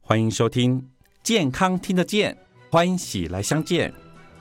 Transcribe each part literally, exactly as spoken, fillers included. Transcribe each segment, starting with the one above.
欢迎收听健康听得见，欢喜来相见。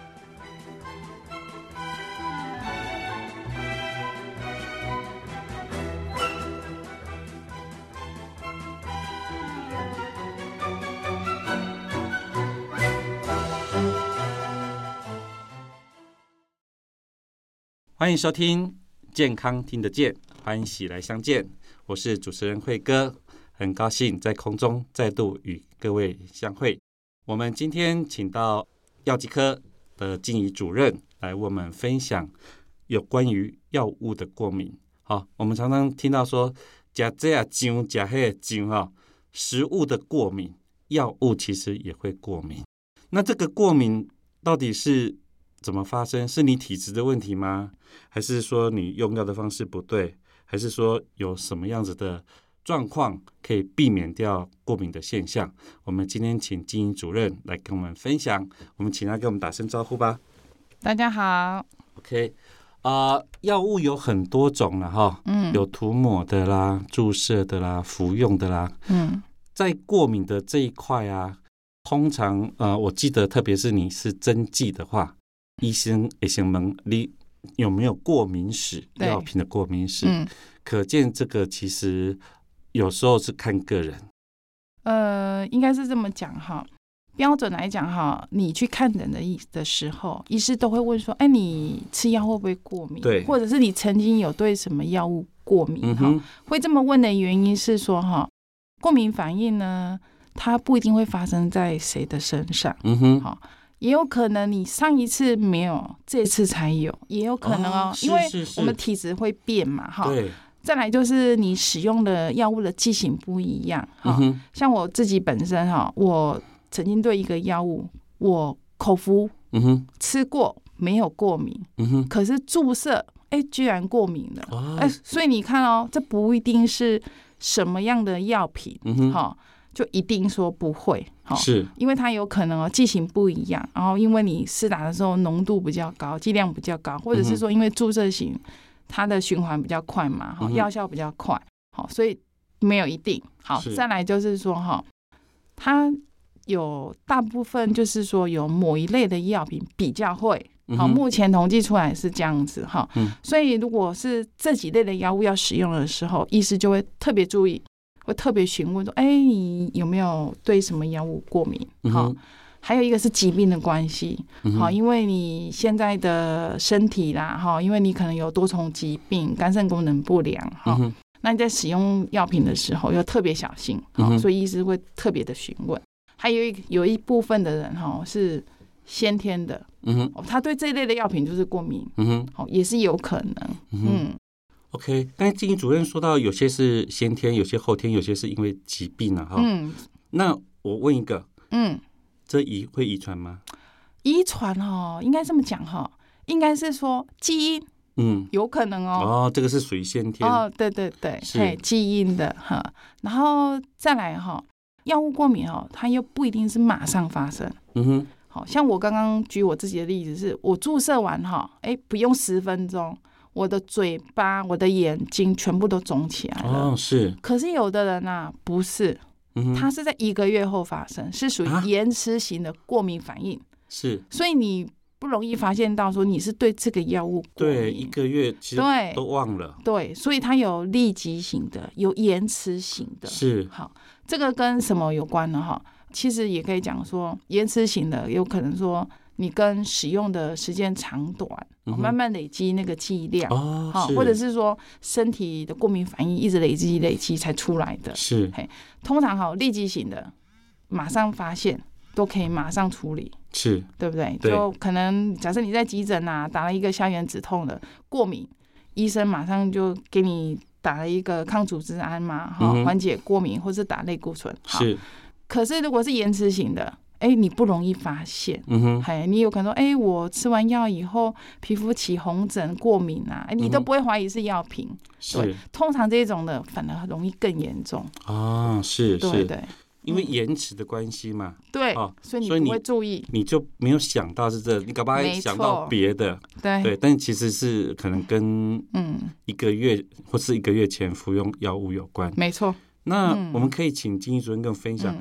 欢迎收听健康听得见，欢喜来相见。我是主持人慧哥，很高兴在空中再度与各位相会。我们今天请到药剂科的静怡主任来为我们分享有关于药物的过敏。好，我们常常听到说吃这啊姜吃那姜哈，食物的过敏，药物其实也会过敏。那这个过敏到底是怎么发生？是你体质的问题吗？还是说你用药的方式不对？还是说有什么样子的状况可以避免掉过敏的现象？我们今天请静怡主任来跟我们分享，我们请他给我们打声招呼吧。 大家好。 OK， 啊、呃，药物有很多种了哈，嗯，有涂抹的啦、注射的啦、服用的啦，嗯，在过敏的这一块啊，通常呃，我记得特别是你是针剂的话，医生会先问你有没有过敏史，药品的过敏史，嗯，可见这个其实有时候是看个人。 呃，应该是这么讲哈。标准来讲哈，你去看诊的的时候，医师都会问说：“哎，你吃药会不会过敏？对，或者是你曾经有对什么药物过敏？”哈、嗯，会这么问的原因是说哈，过敏反应呢，它不一定会发生在谁的身上。嗯哼，好。也有可能你上一次没有，这次才有，也有可能 哦, 哦因为我们体质会变嘛，哈。对。再来就是你使用的药物的剂型不一样，哈、嗯。像我自己本身哈，我曾经对一个药物，我口服，嗯哼，吃过没有过敏，嗯哼，可是注射，哎，居然过敏了，哦，哎，所以你看哦，这不一定是什么样的药品，嗯哼，哈。就一定说不会，是因为它有可能哦剂型不一样，然后因为你施打的时候浓度比较高，剂量比较高，或者是说因为注射型它的循环比较快嘛，嗯，药效比较快，所以没有一定。好，再来就是说哈，它有大部分就是说有某一类的药品比较会，好，目前统计出来是这样子哈，嗯，所以如果是这几类的药物要使用的时候，医师就会特别注意。会特别询问说，哎，你有没有对什么药物过敏？好，嗯，还有一个是疾病的关系，好，嗯，因为你现在的身体啦，哈，因为你可能有多重疾病，肝肾功能不良，哈，嗯，那你在使用药品的时候要特别小心，嗯，所以医师会特别的询问。还有一有一部分的人哈是先天的，嗯，他对这一类的药品就是过敏，嗯，好，也是有可能，嗯。嗯 OK， 刚才静怡主任说到，有些是先天，有些后天，有些是因为疾病啊，哈。嗯。那我问一个，嗯，这遗会遗传吗？ 遗传哈，应该这么讲哈，应该是说基因，嗯，有可能哦。 哦，这个是属于先天。 哦，对对对，是基因的哈。然后再来哈，药物过敏哈，它又不一定是马上发生。嗯哼。好像我刚刚举我自己的例子是，我注射完哈，哎，不用十分钟。我的嘴巴、我的眼睛全部都肿起来了。哦，是。可是有的人啊，不是，嗯，他是在一个月后发生，是属于延迟型的过敏反应。是，所以你不容易发现到说你是对这个药物过敏。 对，一个月其实都忘了。 对，所以它有立即型的，有延迟型的。是。好，这个跟什么有关呢？哈，其实也可以讲说，延迟型的有可能说。你跟使用的时间长短，嗯，慢慢累积那个剂量，哦，或者是说身体的过敏反应一直累积累积才出来的。是，通常好立即型的，马上发现都可以马上处理，是，对不对？对，就可能假设你在急诊啊打了一个消炎止痛的过敏，医生马上就给你打了一个抗组织胺嘛，哈，缓解过敏，或是打类固醇。是，可是如果是延迟型的。哎，你不容易发现，嗯哼，哎，你有可能说，哎，我吃完药以后皮肤起红疹、过敏啊，哎，你都不会怀疑是药品，是，通常这种的反而容易更严重啊，是，对是，对， 因为延迟的关系嘛， 对，哦，所以你不会注意， 你就没有想到是这，你搞不好想到别的，对对，但其实是可能跟嗯一个月或是一个月前服用药物有关， 没错。 那我们可以请静怡主任跟我分享。嗯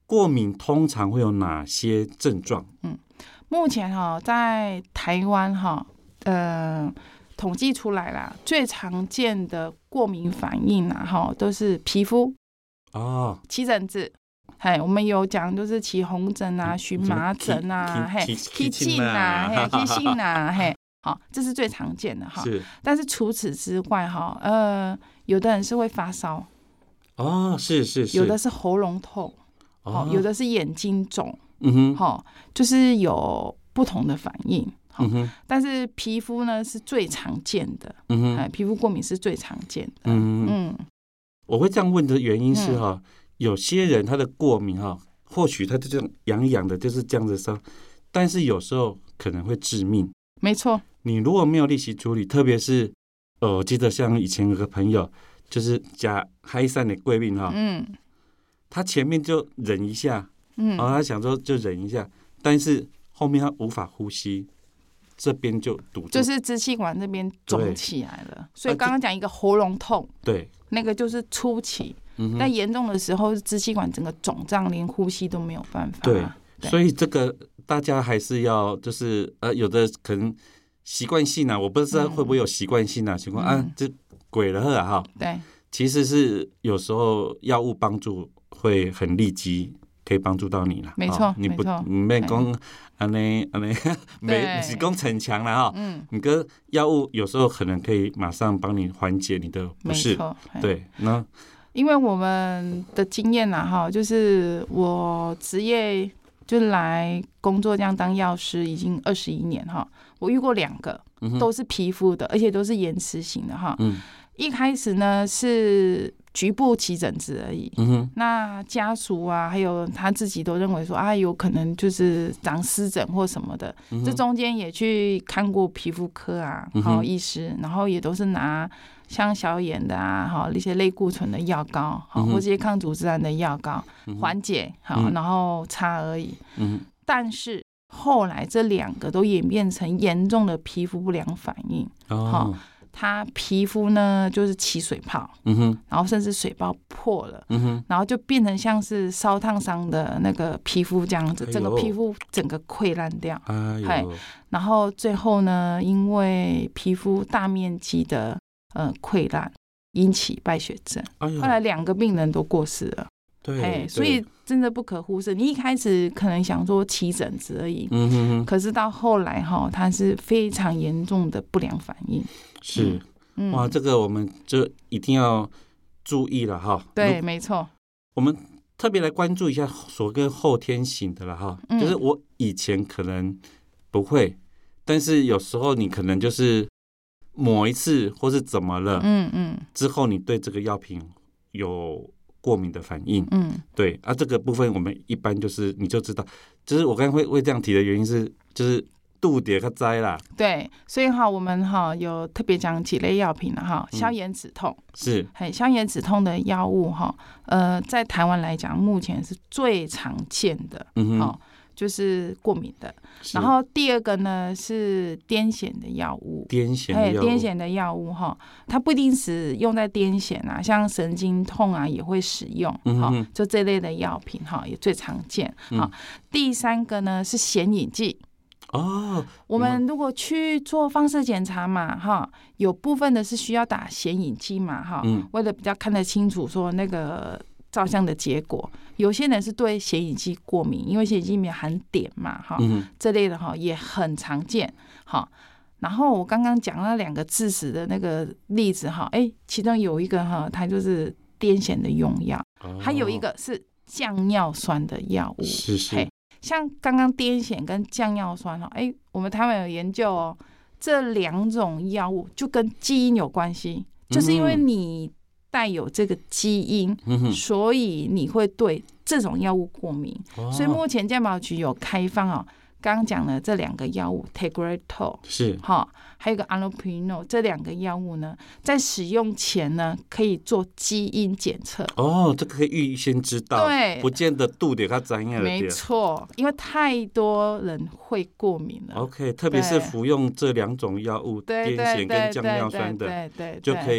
过敏通常会有哪些症状？ 嗯，目前哈、哦、在台湾哈、哦，呃，统计出来啦，最常见的过敏反应啊，哈，都是皮肤哦， 起疹子。嘿，我们有讲就是起红疹啊、荨麻疹啊、嘿、起劲啊、嘿、起性啊、嘿，好，这是最常见的哈。是。但是除此之外哈，呃，有的人是会发烧。 哦，是是是。 有的是喉咙痛，哦，有的是眼睛肿， 嗯哼， 好，就是有不同的反应。嗯哼，但是皮肤呢是最常见的。嗯哼，哎，皮肤过敏是最常见的。嗯嗯， 我会这样问的原因是哈。嗯，有些人他的过敏哈，或许他就这样痒痒的，就是这样子烧，但是有时候可能会致命。 没错， 你如果没有立即处理，特别是呃，我记得像以前有个朋友，就是甲嗨散的贵病哈，嗯，他前面就忍一下，嗯，然后他想说就忍一下，但是后面他无法呼吸，这边就堵住， 就是支气管这边肿起来了。所以刚刚讲一个喉咙痛， 对， 那个就是初期。嗯、但严重的时候，支气管整个肿胀，连呼吸都没有办法。 对，对，所以这个大家还是要就是呃，有的可能习惯性啊，我不知道会不会有习惯性啊情况、嗯、啊，这鬼了呵哈。 对， 其实是有时候药物帮助会很立即，可以帮助到你了。 没错， 你不你没讲安尼安尼，没只讲逞强了哈。嗯，你跟药物有时候可能可以马上帮你缓解你的不适。对，那。 因为我们的经验啊，哈，就是我职业就来工作这样当药师已经二十一年哈，我遇过两个，都是皮肤的，而且都是延迟型的哈。嗯，一开始呢是局部起疹子而已，嗯哼，那家属啊还有他自己都认为说啊有可能就是长湿疹或什么的，嗯、这中间也去看过皮肤科啊，好、嗯、医师，然后也都是拿。像消炎的啊，好一些类固醇的药膏，好、嗯、或这些抗组织胺的药膏缓、嗯、解，好、嗯、然后擦而已。嗯，但是后来这两个都演变成严重的皮肤不良反应，哦，他皮肤呢就是起水泡，嗯哼，然后甚至水泡破了，嗯哼，然后就变成像是烧烫伤的那个皮肤这样子，哎、整个皮肤整个溃烂掉，哎呦，然后最后呢，因为皮肤大面积的。呃，溃烂引起败血症，哎、后来两个病人都过世了。 对， 所以真的不可忽视。你一开始可能想说起疹子而已，嗯哼哼，可是到后来哈，它是非常严重的不良反应。 是，嗯、哇，这个我们就一定要注意了哈。 对，没错。 我们特别来关注一下所谓后天型的了哈，嗯、就是我以前可能不会，但是有时候你可能就是。抹一次或是怎么了，嗯嗯，之后你对这个药品有过敏的反应，嗯，对啊，这个部分我们一般就是你就知道，就是我刚才会会这样提的原因是，就是度点个灾啦， 对，所以哈，我们哈有特别讲几类药品了哈，消炎止痛、嗯、 是， 嘿，消炎止痛的药物哈，呃，在台湾来讲，目前是最常见的，嗯哼。就是过敏的，然后第二个呢是癫痫的药物， 癫痫的药物， 癫痫的药物哈，它不一定是用在癫痫啊，像神经痛啊也会使用，哈、嗯，就这类的药品哈也最常见。好、嗯，第三个呢是显影剂。哦，我们如果去做放射检查嘛，哈，有部分的是需要打显影剂嘛，哈、嗯，为了比较看得清楚说那个。照相的结果，有些人是对显影剂过敏，因为显影剂里面含碘嘛，哈、嗯，这类的哈也很常见，好。然后我刚刚讲了两个致死的那个例子哈，哎，其中有一个哈，它就是癫痫的用药，哦、还有一个是降尿酸的药物， 是是。 像刚刚癫痫跟降尿酸哈，哎，我们台湾有研究哦，这两种药物就跟基因有关系，就是因为你。带有这个基因，嗯、所以你会对这种药物过敏。哦、所以目前健保局有开放哦，刚刚讲的这两个药物 Tegretol 是哈，还有一个 Allopurinol 这两个药物呢，在使用前呢可以做基因检测。 哦，这个可以预先知道， 对， 不见得度点它怎样。 没错，因为太多人会过敏了。 OK， 特别是服用这两种药物，癫痫跟降尿酸的， 对对， 就可以。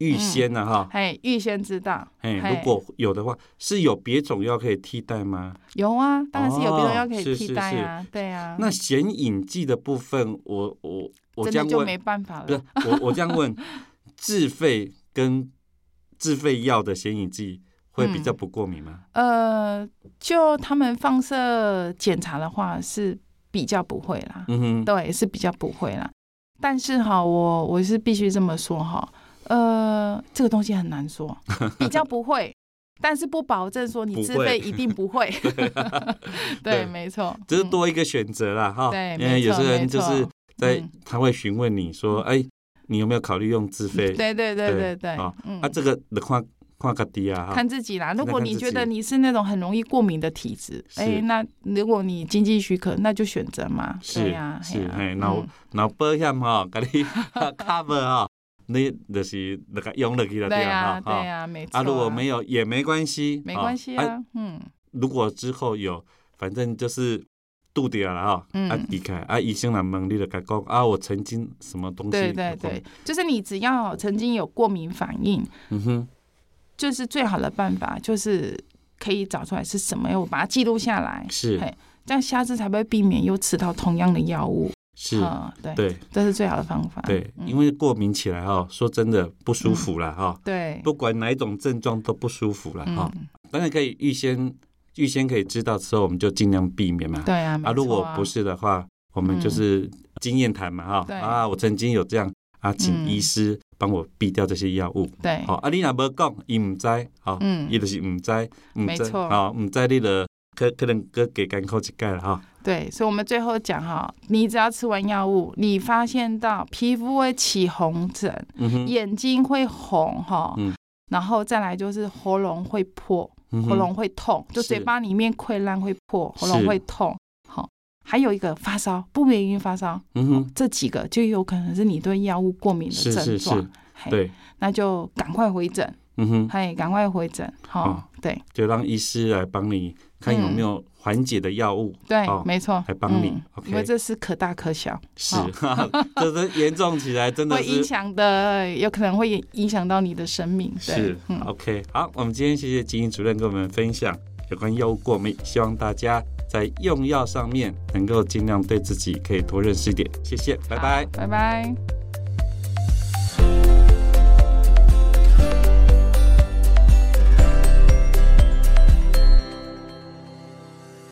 预先啊哈， 哎、嗯，预先知道， 哎，如果有的话，是有别种药可以替代吗？ 有啊，当然是有别种药可以替代啊，哦、是是是对啊。 那显影剂的部分，我我我这样问，真的就没办法了。 不是，我我这样问，自费跟自费药的显影剂会比较不过敏吗？ 嗯、呃，就他们放射检查的话是比较不会啦，嗯哼，对，是比较不会啦。但是哈，我我是必须这么说哈，呃，这个东西很难说，比较不会，但是不保证说你自费一定不会。不会对，没错， 只是多一个选择啦哈。 对， 因为有些人就是在、嗯、他会询问你说，哎、欸，你有没有考虑用自费？ 对对对对对， 啊，嗯、啊这个的话。看自己啊， 看自己啦。如果你觉得你是那种很容易过敏的体质，哎、欸，那如果你经济许可，那就选择嘛。 是呀，是哎，然后然后保险哈，给你 cover 哈，你就是那个用了去了， 对呀，对呀，没错。 啊，如果没有也没关系， 没关系啊，嗯。 如果之后有，反正就是度掉了哈，啊离开啊，医生来问你就该讲啊，我曾经什么东西？ 对对对，就是你只要曾经有过敏反应，嗯哼。就是最好的办法，就是可以找出来是什么，我把它记录下来， 是， 这样下次才不会避免又吃到同样的药物。 是， 嗯、对对， 这是最好的方法。 对，嗯、因为过敏起来哈，说真的不舒服啦哈、嗯。 对， 不管哪一种症状都不舒服啦哈、嗯。当然可以预先预先可以知道之后，我们就尽量避免嘛。 对啊，啊， 如果不是的话，我们就是经验谈嘛哈、嗯。啊，我曾经有这样啊，请医师。帮我避掉这些药物， 对， 好、哦、啊，你若无讲，伊唔知，好、哦，嗯，伊就是唔知，唔知，好，唔知你了，可可能搁给干口一盖了哈。 对，所以我们最后讲哈，你只要吃完药物，你发现到皮肤会起红疹，嗯、眼睛会红哈、嗯，然后再来就是喉咙会破，嗯、喉咙会痛，就嘴巴里面溃烂会破，喉咙会痛。还有一个发烧，不免因发烧、嗯哼，这几个就有可能是你对药物过敏的症状，是是是对，那就赶快回诊，嗯哼，嘿，赶快回诊，好、哦，对， 就让医师来帮你看有没有缓解的药物， 嗯、对、哦，没错， 来帮你、嗯 okay ， 因为这是可大可小， 是，哦、这是严重起来真的是会影响的，有可能会影响到你的生命，对是、嗯、，OK， 好，我们今天谢谢金英主任跟我们分享有关药物过敏，希望大家在用药上面能够尽量对自己可以多认识一点，谢谢，拜拜， 拜拜。